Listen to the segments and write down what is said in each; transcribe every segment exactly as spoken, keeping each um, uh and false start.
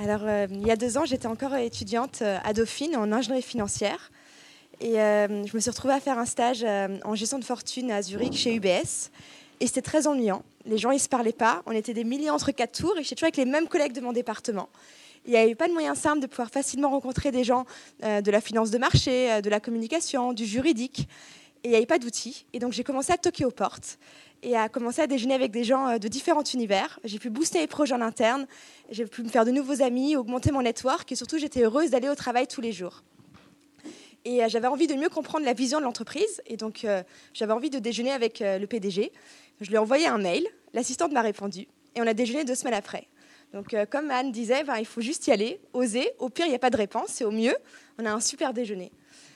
Alors, euh, il y a deux ans, j'étais encore étudiante euh, à Dauphine en ingénierie financière. Et euh, je me suis retrouvée à faire un stage euh, en gestion de fortune à Zurich chez U B S. Et c'était très ennuyant. Les gens, ils ne se parlaient pas. On était des milliers entre quatre tours et j'étais toujours avec les mêmes collègues de mon département. Il n'y avait pas de moyen simple de pouvoir facilement rencontrer des gens euh, de la finance de marché, euh, de la communication, du juridique. Et il n'y avait pas d'outils. Et donc, j'ai commencé à toquer aux portes et à commencer à déjeuner avec des gens de différents univers. J'ai pu booster les projets en interne, j'ai pu me faire de nouveaux amis, augmenter mon network et surtout, j'étais heureuse d'aller au travail tous les jours. Et j'avais envie de mieux comprendre la vision de l'entreprise et donc euh, j'avais envie de déjeuner avec euh, le P D G. Je lui ai envoyé un mail, l'assistante m'a répondu et on a déjeuné deux semaines après. Donc euh, comme Anne disait, ben, il faut juste y aller, oser. Au pire, il n'y a pas de réponse et au mieux, on a un super déjeuner.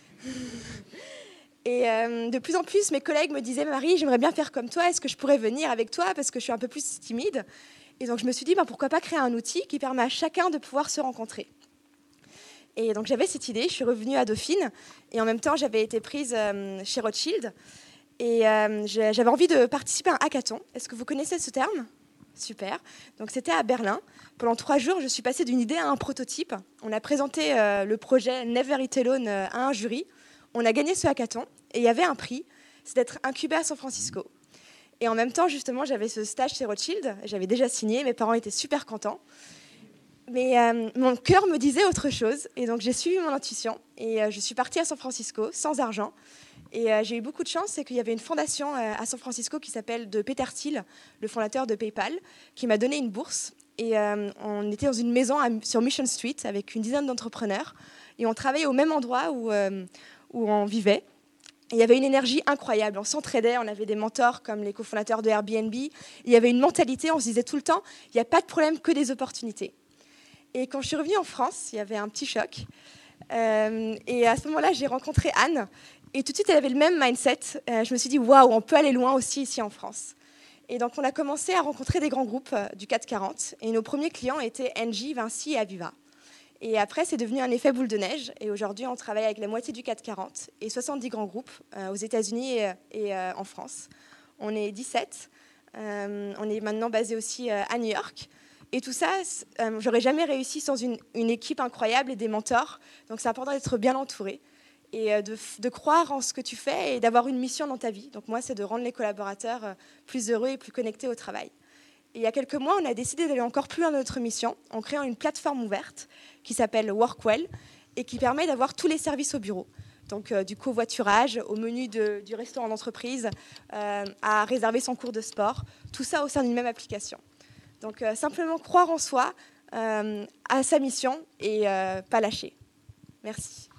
Et euh, de plus en plus, mes collègues me disaient « Marie, j'aimerais bien faire comme toi, est-ce que je pourrais venir avec toi parce que je suis un peu plus timide ?» Et donc je me suis dit ben, « Pourquoi pas créer un outil qui permet à chacun de pouvoir se rencontrer ?» Et donc j'avais cette idée, je suis revenue à Dauphine et en même temps, j'avais été prise euh, chez Rothschild et euh, j'avais envie de participer à un hackathon. Est-ce que vous connaissez ce terme ? Super. Donc c'était à Berlin. Pendant trois jours, je suis passée d'une idée à un prototype. On a présenté euh, le projet Never Eat Alone euh, à un jury. On a gagné ce hackathon et il y avait un prix, c'est d'être incubé à San Francisco. Et en même temps, justement, j'avais ce stage chez Rothschild, j'avais déjà signé, mes parents étaient super contents. Mais euh, mon cœur me disait autre chose, et donc j'ai suivi mon intuition, et euh, je suis partie à San Francisco sans argent. Et euh, j'ai eu beaucoup de chance, c'est qu'il y avait une fondation euh, à San Francisco qui s'appelle de Peter Thiel, le fondateur de PayPal, qui m'a donné une bourse. Et euh, on était dans une maison à, sur Mission Street avec une dizaine d'entrepreneurs, et on travaillait au même endroit où, euh, où on vivait. Et il y avait une énergie incroyable, on s'entraidait, on avait des mentors comme les cofondateurs de Airbnb. Il y avait une mentalité, on se disait tout le temps, il n'y a pas de problème, que des opportunités. Et quand je suis revenue en France, il y avait un petit choc. Euh, et à ce moment-là, j'ai rencontré Anne. Et tout de suite, elle avait le même mindset. Euh, je me suis dit, waouh, on peut aller loin aussi ici en France. Et donc, on a commencé à rencontrer des grands groupes euh, du CAC quarante. Et nos premiers clients étaient Engie, Vinci et Aviva. Et après, c'est devenu un effet boule de neige. Et aujourd'hui, on travaille avec la moitié du CAC quarante et soixante-dix grands groupes euh, aux États-Unis et, et euh, en France. On est dix-sept. Euh, on est maintenant basé aussi euh, à New York. Et tout ça, euh, j'aurais jamais réussi sans une, une équipe incroyable et des mentors. Donc, c'est important d'être bien entouré et euh, de, de croire en ce que tu fais et d'avoir une mission dans ta vie. Donc, moi, c'est de rendre les collaborateurs euh, plus heureux et plus connectés au travail. Et il y a quelques mois, on a décidé d'aller encore plus loin dans notre mission en créant une plateforme ouverte qui s'appelle Workwell et qui permet d'avoir tous les services au bureau. Donc, euh, du covoiturage au menu de, du restaurant d'entreprise, euh, à réserver son cours de sport, tout ça au sein d'une même application. Donc, euh, simplement croire en soi, euh, à sa mission et euh, pas lâcher. Merci.